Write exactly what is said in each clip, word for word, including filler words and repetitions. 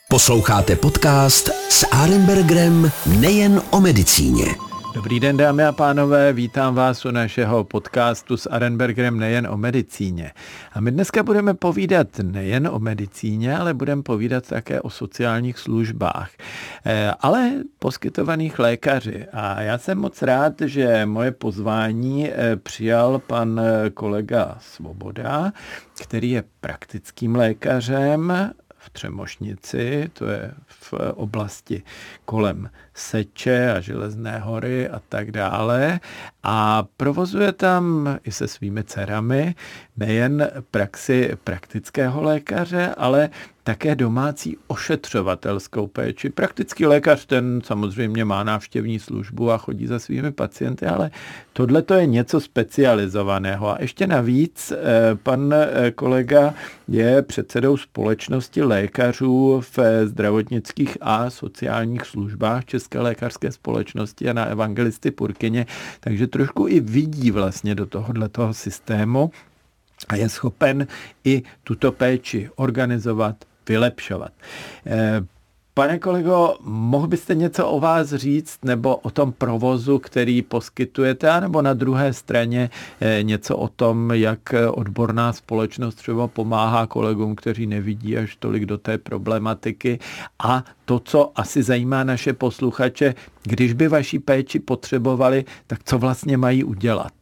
Posloucháte podcast s Arenbergerem nejen o medicíně. Dobrý den, dámy a pánové, vítám vás u našeho podcastu s Arenbergerem nejen o medicíně. A my dneska budeme povídat nejen o medicíně, ale budeme povídat také o sociálních službách, ale poskytovaných lékaři. A já jsem moc rád, že moje pozvání přijal pan kolega Svoboda, který je praktickým lékařem v Třemošnici, to je v oblasti kolem Seče a Železné hory a tak dále. A provozuje tam i se svými dcerami nejen praxi praktického lékaře, ale také domácí ošetřovatelskou péči. Praktický lékař, ten samozřejmě má návštěvní službu a chodí za svými pacienty, ale tohle to je něco specializovaného. A ještě navíc pan kolega je předsedou společnosti lékařů v zdravotnických a sociálních službách České lékařské společnosti a na Evangelisty Purkyně, takže trošku i vidí vlastně do tohoto systému a je schopen i tuto péči organizovat, vylepšovat. Pane kolego, mohl byste něco o vás říct nebo o tom provozu, který poskytujete, anebo na druhé straně něco o tom, jak odborná společnost třeba pomáhá kolegům, kteří nevidí až tolik do té problematiky, a to, co asi zajímá naše posluchače, když by vaši péči potřebovali, tak co vlastně mají udělat?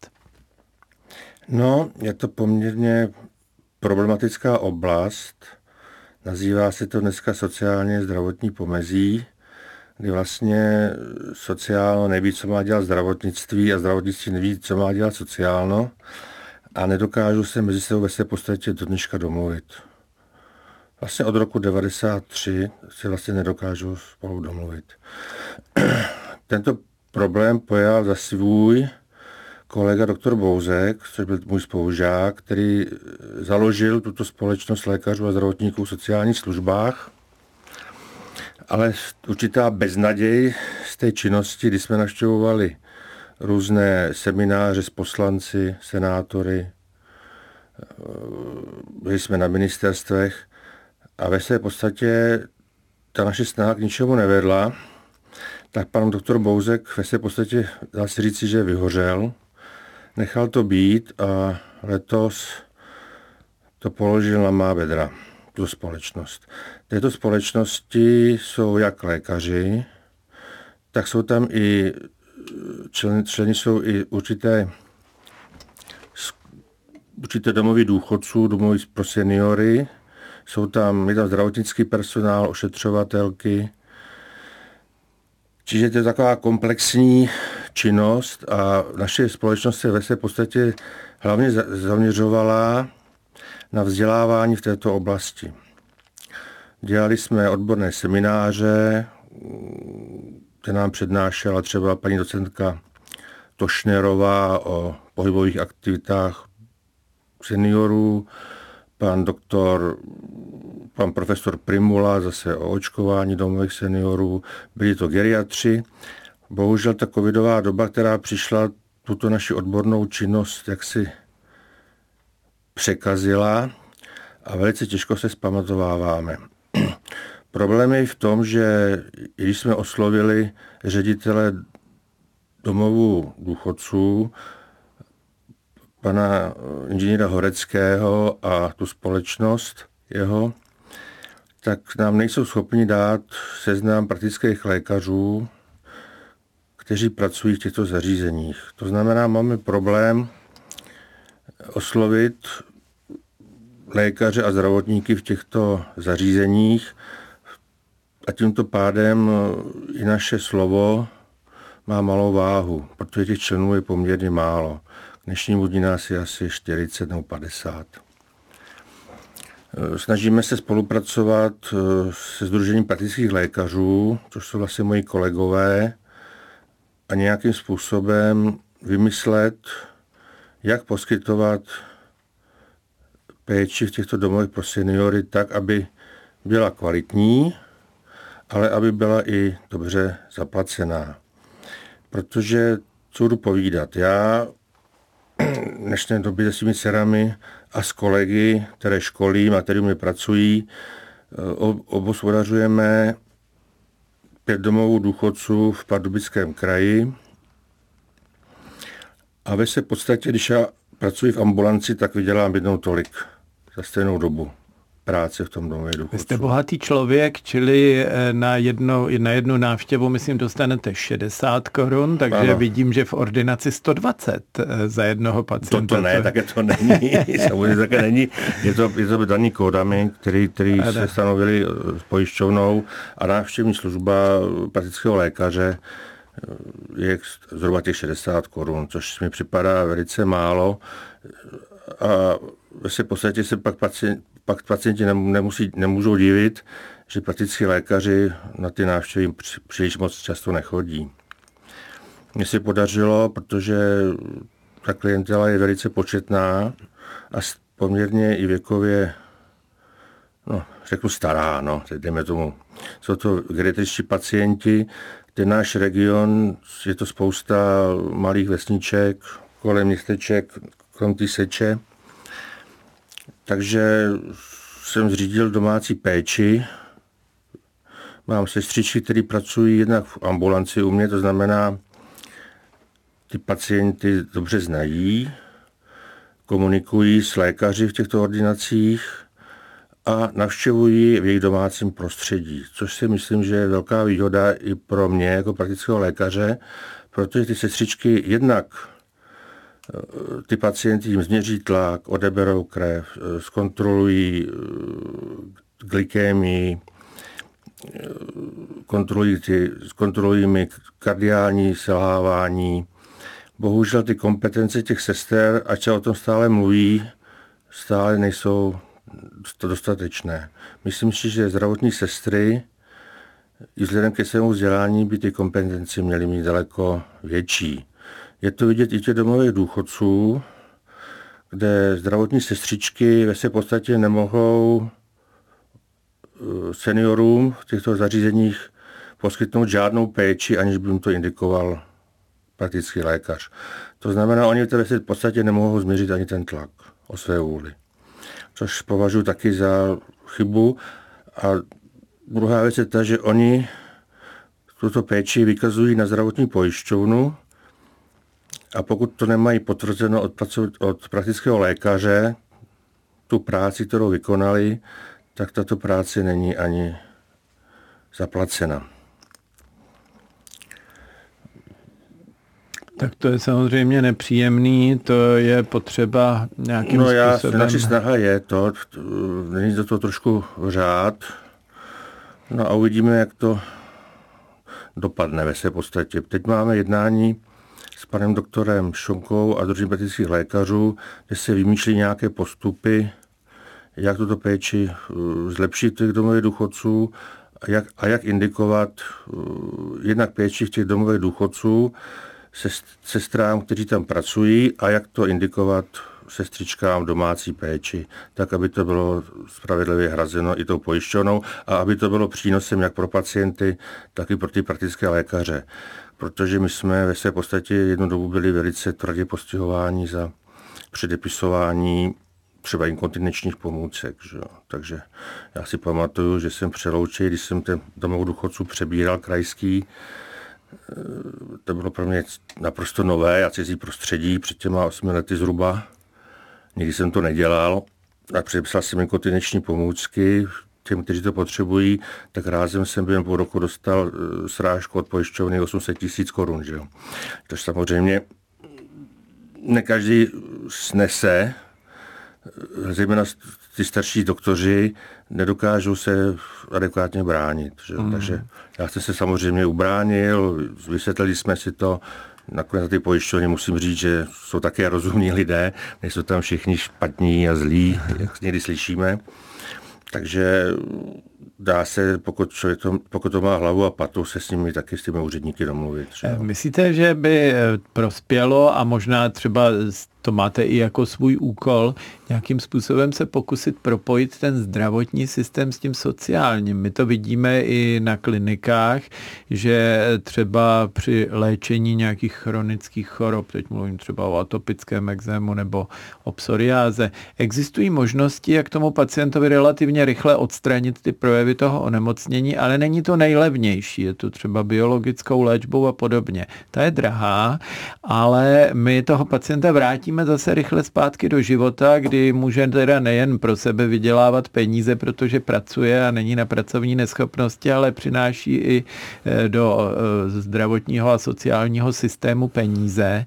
No, je to poměrně problematická oblast. Nazývá se to dneska sociálně zdravotní pomezí, kdy vlastně sociálno neví, co má dělat zdravotnictví a zdravotnictví neví, co má dělat sociálno a nedokážou se mezi sebou ve své podstatě do dneška domluvit. Vlastně od roku devadesát tři se vlastně nedokážou spolu domluvit. Tento problém pojal za svůj kolega doktor Bouzek, což byl můj spolužák, který založil tuto společnost lékařů a zdravotníků v sociálních službách, ale určitá beznaděj z té činnosti, kdy jsme navštěvovali různé semináře s poslanci, senátory, byli jsme na ministerstvech a ve své podstatě ta naše snaha k ničemu nevedla, tak pan doktor Bouzek ve své podstatě dá se říci, že vyhořel. Nechal to být a letos to položil na má bedra, tu společnost. V této společnosti jsou jak lékaři, tak jsou tam i členy, členy jsou i určité, určité domovy důchodců, domovy pro seniory, jsou tam, je tam zdravotnický personál, ošetřovatelky. Čiže to je taková komplexní činnost a naše společnost se ve své podstatě hlavně zaměřovala na vzdělávání v této oblasti. Dělali jsme odborné semináře, kde nám přednášela třeba paní docentka Tošnerová o pohybových aktivitách seniorů, pan doktor, pan profesor Primula zase o očkování domových seniorů, byli to geriatři. Bohužel ta covidová doba, která přišla, tuto naši odbornou činnost jaksi překazila a velice těžko se zpamatováváme. Problém je v tom, že když jsme oslovili ředitele domovů důchodců, pana inženýra Horeckého a tu společnost jeho, tak nám nejsou schopni dát seznam praktických lékařů, kteří pracují v těchto zařízeních. To znamená, máme problém oslovit lékaře a zdravotníky v těchto zařízeních a tímto pádem i naše slovo má malou váhu, protože těch členů je poměrně málo. K dnešnímu dní nás je asi čtyřicet nebo padesát. Snažíme se spolupracovat se Sdružením praktických lékařů, což jsou vlastně moji kolegové, a nějakým způsobem vymyslet, jak poskytovat péči v těchto domovech pro seniory tak, aby byla kvalitní, ale aby byla i dobře zaplacená. Protože, co budu povídat, já v dnešní době se svými dcerami a s kolegy, které školím a které mě pracují, Obhospodařujeme pět domovů důchodců v Pardubickém kraji a ve své podstatě, když já pracuji v ambulanci, tak vydělám jednou tolik za stejnou dobu práce v tom domově důchodců. Vy jste bohatý člověk, čili na, jedno, na jednu návštěvu, myslím, dostanete šedesát korun, takže ano. Vidím, že v ordinaci sto dvacet za jednoho pacienta. To, to ne, také to není. Samozřejmě také není. Je to, je to daný kódami, který, který se stanovili s pojišťovnou a návštěvní služba praktického lékaře je zhruba těch šedesát korun, což mi připadá velice málo. A v podstatě se pak pacient, pak pacienti nemusí, nemůžou divit, že prakticky lékaři na ty návštěvy příliš moc často nechodí. Mně se podařilo, protože ta klientela je velice početná a poměrně i věkově, no, řeknu stará, no, dejme tomu. Jsou to geriatričtí pacienti, ten náš region, je to spousta malých vesniček, kolem městeček, kolem té Seče. Takže jsem zřídil domácí péči. Mám sestřičky, které pracují jednak v ambulanci u mě, to znamená, ty pacienty dobře znají, komunikují s lékaři v těchto ordinacích a navštěvují v jejich domácím prostředí, což si myslím, že je velká výhoda i pro mě jako praktického lékaře, protože ty sestřičky jednak ty pacienti jim změří tlak, odeberou krev, zkontrolují glykémii, kontrolují, ty, kontrolují mi kardiální selhávání. Bohužel ty kompetence těch sester, ať se o tom stále mluví, stále nejsou dostatečné. Myslím si, že zdravotní sestry i vzhledem ke svému vzdělání by ty kompetence měly mít daleko větší. Je to vidět i těch domových důchodců, kde zdravotní sestřičky ve své podstatě nemohou seniorům v těchto zařízeních poskytnout žádnou péči, aniž by jim to indikoval praktický lékař. To znamená, oni ve své podstatě nemohou změřit ani ten tlak o své vůli. Což považuji taky za chybu. A druhá věc je ta, že oni tuto péči vykazují na zdravotní pojišťovnu, a pokud to nemají potvrzeno od, od praktického lékaře, tu práci, kterou vykonali, tak tato práce není ani zaplacena. Tak to je samozřejmě nepříjemný, to je potřeba nějakým no já, způsobem... Naše snaha je to, není to, to trošku řád, no a uvidíme, jak to dopadne ve své podstatě. Teď máme jednání s panem doktorem Šonkou a druhým praktických lékařů, kde se vymýšlí nějaké postupy, jak tuto péči zlepšit těch domových důchodců a jak, a jak indikovat jednak péči v těch domových důchodců sestrám, kteří tam pracují, a jak to indikovat sestřičkám domácí péči, tak, aby to bylo spravedlivě hrazeno i tou pojišťovnou a aby to bylo přínosem jak pro pacienty, tak i pro ty praktické lékaře. Protože my jsme ve své podstatě jednu dobu byli velice tvrdě postihováni za předepisování třeba inkontinenčních pomůcek. Že? Takže já si pamatuju, že jsem přeloučil, když jsem ten domov důchodců přebíral krajský, to bylo pro mě naprosto nové a cizí prostředí před těma osmi lety zhruba. Nikdy jsem to nedělal a předepsal jsem inkontinenční pomůcky těm, kteří to potřebují, tak rázem jsem během půl roku dostal srážku od pojišťovny osm set tisíc korun. Že jo? To samozřejmě ne každý snese, zejména ty starší doktoři nedokážou se adekvátně bránit. Že? Mm. Takže já jsem se samozřejmě ubránil, vysvětlili jsme si to, nakonec na ty pojišťovny musím říct, že jsou také rozumní lidé, nejsou tam všichni špatní a zlí, jak někdy slyšíme. Takže dá se, pokud, člověk to, pokud to má hlavu a patu, se s nimi taky s těmi úředníky domluvit. Že? Myslíte, že by prospělo a možná třeba to máte i jako svůj úkol, nějakým způsobem se pokusit propojit ten zdravotní systém s tím sociálním. My to vidíme i na klinikách, že třeba při léčení nějakých chronických chorob, teď mluvím třeba o atopickém ekzému nebo o psoriáze, existují možnosti, jak tomu pacientovi relativně rychle odstranit ty projevy toho onemocnění, ale není to nejlevnější. Je to třeba biologickou léčbou a podobně. Ta je drahá, ale my toho pacienta vrátíme zase rychle zpátky do života, kdy může teda nejen pro sebe vydělávat peníze, protože pracuje a není na pracovní neschopnosti, ale přináší i do zdravotního a sociálního systému peníze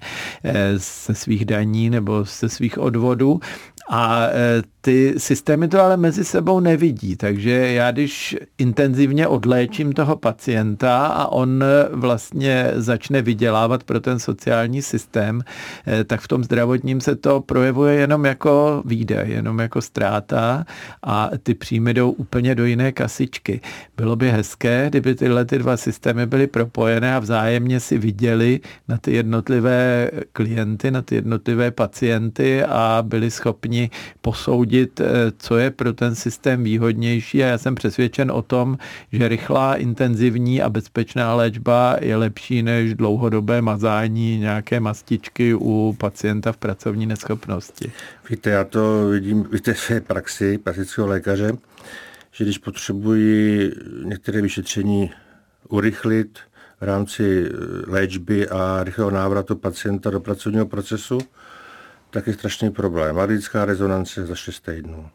ze svých daní nebo ze svých odvodů. A ty systémy to ale mezi sebou nevidí, takže já když intenzivně odléčím toho pacienta a on vlastně začne vydělávat pro ten sociální systém, tak v tom zdravotním se to projevuje jenom jako výdaj, jenom jako ztráta a ty příjmy jdou úplně do jiné kasičky. Bylo by hezké, kdyby tyhle ty dva systémy byly propojené a vzájemně si viděli na ty jednotlivé klienty, na ty jednotlivé pacienty a byli schopni posoudit, co je pro ten systém výhodnější a já jsem přesvědčen o tom, že rychlá, intenzivní a bezpečná léčba je lepší než dlouhodobé mazání nějaké mastičky u pacienta v pracovní neschopnosti. Víte, já to vidím v té své praxi praktického lékaře, že když potřebuji některé vyšetření urychlit v rámci léčby a rychlého návratu pacienta do pracovního procesu, tak je strašný problém. Magnetická rezonance za šest týdnů.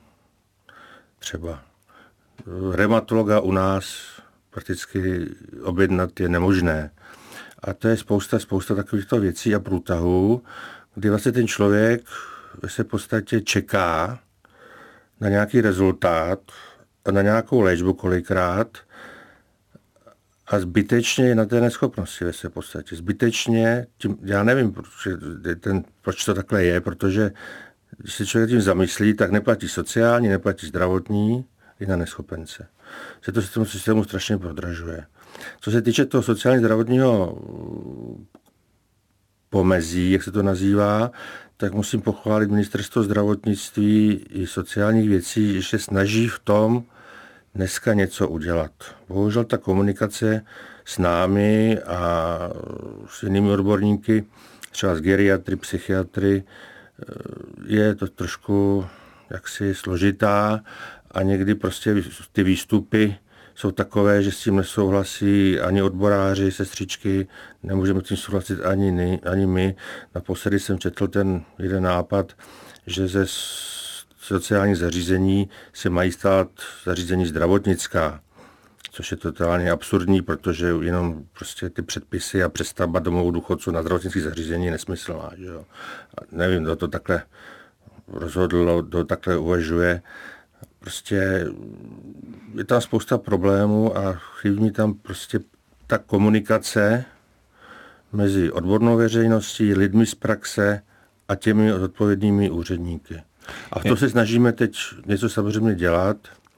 Třeba. Reumatologa u nás prakticky objednat je nemožné. A to je spousta, spousta takovýchto věcí a průtahů, kdy vlastně ten člověk se v podstatě čeká na nějaký rezultát a na nějakou léčbu kolikrát a zbytečně je na té neschopnosti ve své podstatě. Zbytečně, tím, já nevím, proč, ten, proč to takhle je, protože když se člověk tím zamyslí, tak neplatí sociální, neplatí zdravotní, i na neschopence. Se to systému, systému strašně prodražuje. Co se týče toho sociálně zdravotního pomezí, jak se to nazývá, tak musím pochválit ministerstvo zdravotnictví i sociálních věcí, že se snaží v tom dneska něco udělat. Bohužel ta komunikace s námi a s jinými odborníky, třeba s geriatry, psychiatry, je to trošku jaksi složitá a někdy prostě ty výstupy jsou takové, že s tím nesouhlasí ani odboráři, sestřičky, nemůžeme s tím souhlasit ani, my, ani my. Naposledy jsem četl ten jeden nápad, že ze sociálních zařízení se mají stát zařízení zdravotnická, což je totálně absurdní, protože jenom prostě ty předpisy a přestavba domovů důchodců na zdravotnických zařízení je nesmyslná. Že jo? A nevím, kdo to takhle rozhodl, kdo takhle uvažuje. Prostě je tam spousta problémů a chybí mi tam prostě ta komunikace mezi odbornou veřejností, lidmi z praxe a těmi odpovědnými úředníky. A v tom se snažíme teď něco samozřejmě dělat.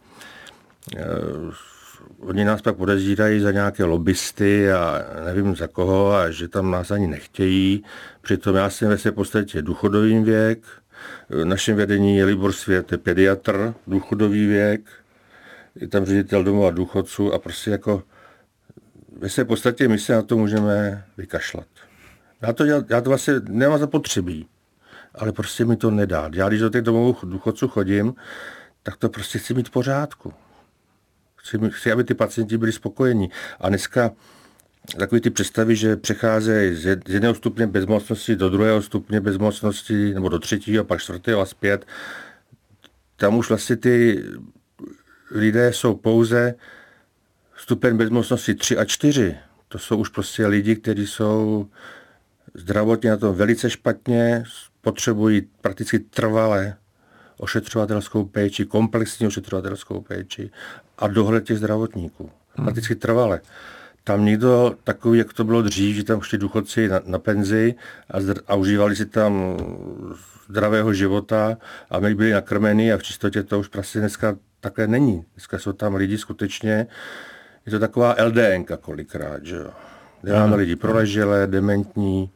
Oni nás pak podezírají za nějaké lobbysty a nevím za koho a že tam nás ani nechtějí. Přitom já jsem ve své podstatě důchodový věk. V našem vedení je Libor Svět, je pediatr, důchodový věk. Je tam ředitel domova důchodců a prostě jako ve své podstatě my se na to můžeme vykašlat. Já to, dělat, já to vlastně nemám zapotřebí, ale prostě mi to nedá. Já když do těch domovů důchodců chodím, tak to prostě chci mít v pořádku. Chci, chci, aby ty pacienti byli spokojení. A dneska takový ty představy, že přecházejí z jedného stupně bezmocnosti do druhého stupně bezmocnosti, nebo do třetího, pak čtvrtého a zpět, tam už vlastně ty lidé jsou pouze stupeň bezmocnosti tři a čtyři. To jsou už prostě lidi, kteří jsou zdravotně na tom velice špatně, potřebují prakticky trvale ošetřovatelskou péči, komplexní ošetřovatelskou péči a dohled těch zdravotníků. Hmm. Prakticky trvale. tam nikdo takový, jak to bylo dřív, že tam šli důchodci na, na penzi a, zdr- a užívali si tam zdravého života a my byli nakrmeni a v čistotě to už prostě dneska takhle není. Dneska jsou tam lidi skutečně, je to taková el dé enka kolikrát, že jo. Děláme lidi proleželé, dementní,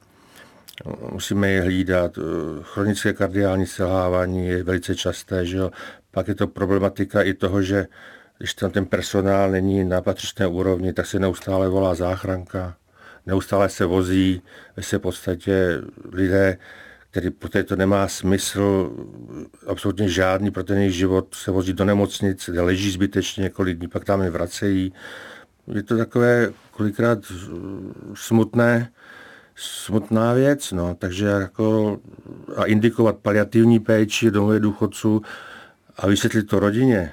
musíme je hlídat, chronické kardiální selhávání je velice časté, že jo. Pak je to problematika i toho, že když tam ten personál není na patřičné úrovni, tak se neustále volá záchranka, neustále se vozí, se v podstatě lidé, který poté to nemá smysl, absolutně žádný pro ten jejich život, se vozí do nemocnic, kde leží zbytečně několik dní, pak tam je vracejí. Je to takové kolikrát smutné, smutná věc, no, takže jako a indikovat paliativní péči domové důchodců a vysvětlit to rodině,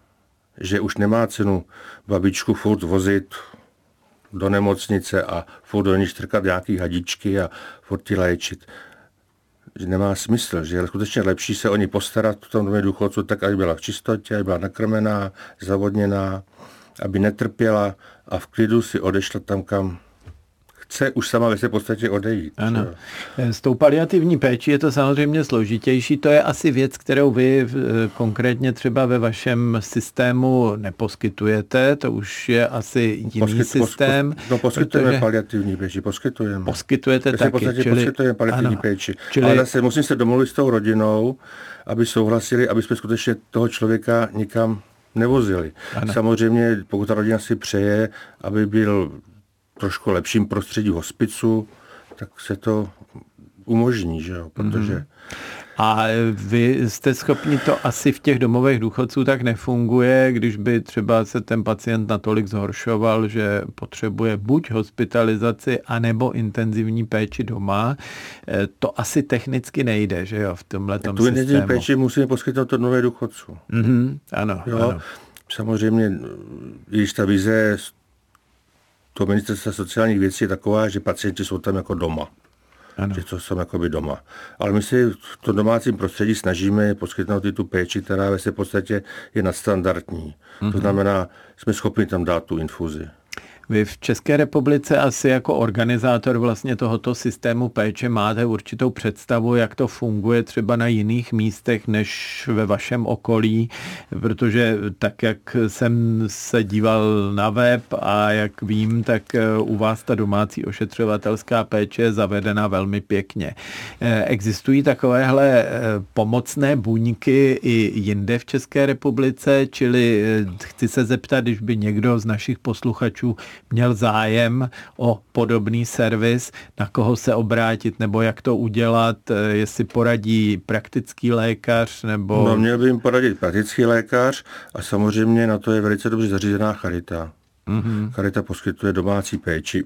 že už nemá cenu babičku furt vozit do nemocnice a furt do ní štrkat nějaký hadičky a furt ji léčit. Že nemá smysl, že je skutečně lepší se o ní postarat v tom domě důchodců tak, aby byla v čistotě, aby byla nakrmená, zavodněná, aby netrpěla a v klidu si odešla tam, kam chce už sama ve své podstatě odejít. Ano. S tou paliativní péčí je to samozřejmě složitější. To je asi věc, kterou vy konkrétně třeba ve vašem systému neposkytujete. To už je asi jiný Poskyt, systém. Pos, no poskytujeme protože... paliativní péči, poskytujeme. Poskytujete taky. V podstatě čili... poskytujeme paliativní ano. péči. Čili... Ale zase musím se domluvit s tou rodinou, aby souhlasili, aby jsme skutečně toho člověka nikam nevozili. Ano. Samozřejmě, pokud ta rodina si přeje, aby byl trošku lepším prostředí hospicu, tak se to umožní, že jo, protože... A vy jste schopni to asi v těch domovech důchodců tak nefunguje, když by třeba se ten pacient natolik zhoršoval, že potřebuje buď hospitalizaci, anebo intenzivní péči doma. To asi technicky nejde, že jo, v tomhletom systému. Tu intenzivní péči musíme poskytnout od domové důchodců. Mm-hmm, ano, jo, ano. Samozřejmě, když ta vize to ministerstva sociálních věcí je taková, že pacienti jsou tam jako doma. Ano. Že to jsou jakoby doma. Ale my si v tom domácím prostředí snažíme poskytnout i tu péči, která ve v podstatě je nadstandardní. Mm-hmm. To znamená, jsme schopni tam dát tu infuzi. Vy v České republice asi jako organizátor vlastně tohoto systému péče máte určitou představu, jak to funguje třeba na jiných místech než ve vašem okolí, protože tak, jak jsem se díval na web a jak vím, tak u vás ta domácí ošetřovatelská péče je zavedena velmi pěkně. Existují takovéhle pomocné buňky i jinde v České republice, čili chci se zeptat, když by někdo z našich posluchačů měl zájem o podobný servis, na koho se obrátit, nebo jak to udělat, jestli poradí praktický lékař, nebo... No, měl by jim poradit praktický lékař a samozřejmě na to je velice dobře zařízená charita. Mm-hmm. Charita poskytuje domácí péči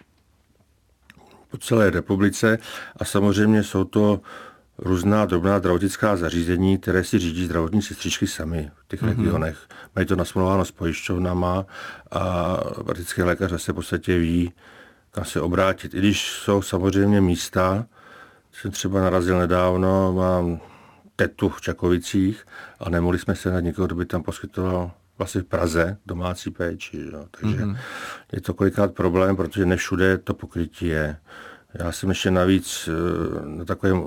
po celé republice a samozřejmě jsou to různá drobná zdravotnická zařízení, které si řídí zdravotní sestřičky sami v těch mm-hmm. regionech. Mají to nasmlouváno s pojišťovnama a praktický lékař se v podstatě ví, kam se obrátit. I když jsou samozřejmě místa, jsem třeba narazil nedávno, mám tetu v Čakovicích a nemohli jsme se na někoho, kdo by tam poskytoval vlastně v Praze domácí péči. Jo. Takže mm-hmm. je to kolikrát problém, protože ne všude to pokrytí je. Já jsem ještě navíc na takovém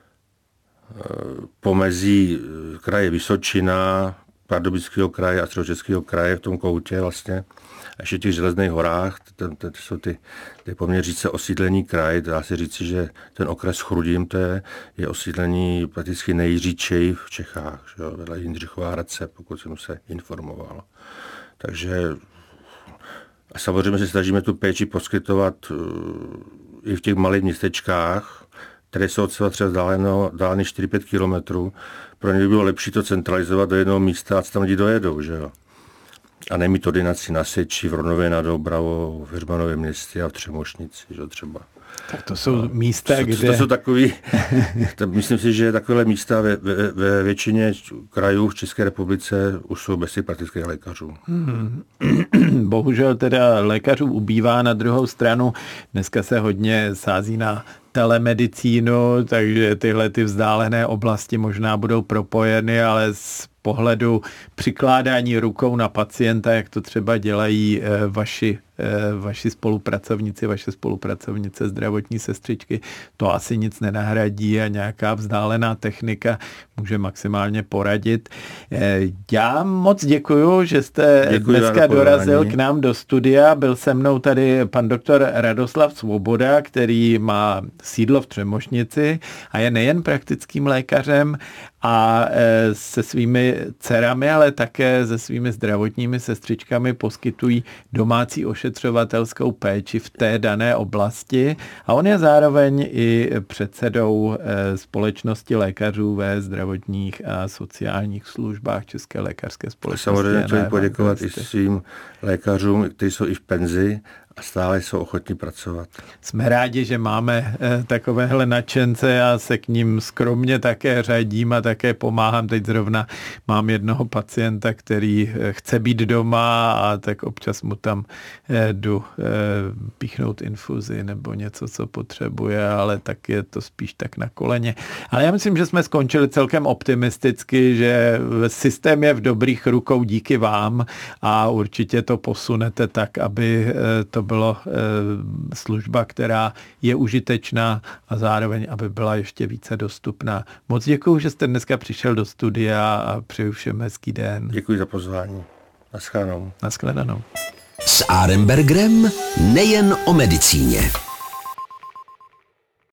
pomezí kraje Vysočina, Pardubického kraje a Středočeského kraje v tom koutě vlastně, a ještě v těch Železných horách, to, to, to jsou ty, ty poměrně říct se osídlený kraj, dá se říci, že ten okres Chrudim, to je, je osídlený prakticky nejříčej v Čechách, že jo, vedle Jindřichova Hradce, pokud jsem se informoval. Takže a samozřejmě se snažíme tu péči poskytovat uh, i v těch malých městečkách, které jsou třeba třeba vzdálené čtyři pět kilometrů. Pro ně by bylo lepší to centralizovat do jednoho místa a tam lidi dojedou, že jo. A nemít ordinaci na Seči, v Ronově nad Doubravou, v Heřmanově Městě a v Třemošnici, že třeba. Tak to jsou no, místa, to, kde... To jsou takový, to, myslím si, že takové místa ve, ve, ve většině krajů v České republice už jsou bez těch praktických lékařů. Hmm. Bohužel teda lékařů ubývá, na druhou stranu. Dneska se hodně sází na telemedicínu, takže tyhle ty vzdálené oblasti možná budou propojeny, ale z pohledu přikládání rukou na pacienta, jak to třeba dělají vaši, vaši spolupracovníci, vaše spolupracovnice, zdravotní sestřičky, to asi nic nenahradí a nějaká vzdálená technika může maximálně poradit. Já moc děkuju, že jste děkuji dneska dorazil k nám do studia. Byl se mnou tady pan doktor Radoslav Svoboda, který má sídlo v Třemošnici a je nejen praktickým lékařem a se svými dcerami, ale také se svými zdravotními sestřičkami poskytují domácí ošetřovatelskou péči v té dané oblasti a on je zároveň i předsedou společnosti lékařů ve zdravotních a sociálních službách České lékařské společnosti. Samozřejmě chci poděkovat i svým lékařům, kteří jsou i v penzi a stále jsou ochotní pracovat. Jsme rádi, že máme takovéhle nadšence, já se k ním skromně také řadím a také pomáhám. Teď zrovna mám jednoho pacienta, který chce být doma a tak občas mu tam jdu píchnout infuzi nebo něco, co potřebuje, ale tak je to spíš tak na koleně. Ale já myslím, že jsme skončili celkem optimisticky, že systém je v dobrých rukou díky vám a určitě to posunete tak, aby to bylo služba, která je užitečná a zároveň, aby byla ještě více dostupná. Moc děkuju, že jste dneska přišel do studia a přeju všem hezký den. Děkuji za pozvání. Naschledanou. Naschledanou. S Arenbergerem nejen o medicíně.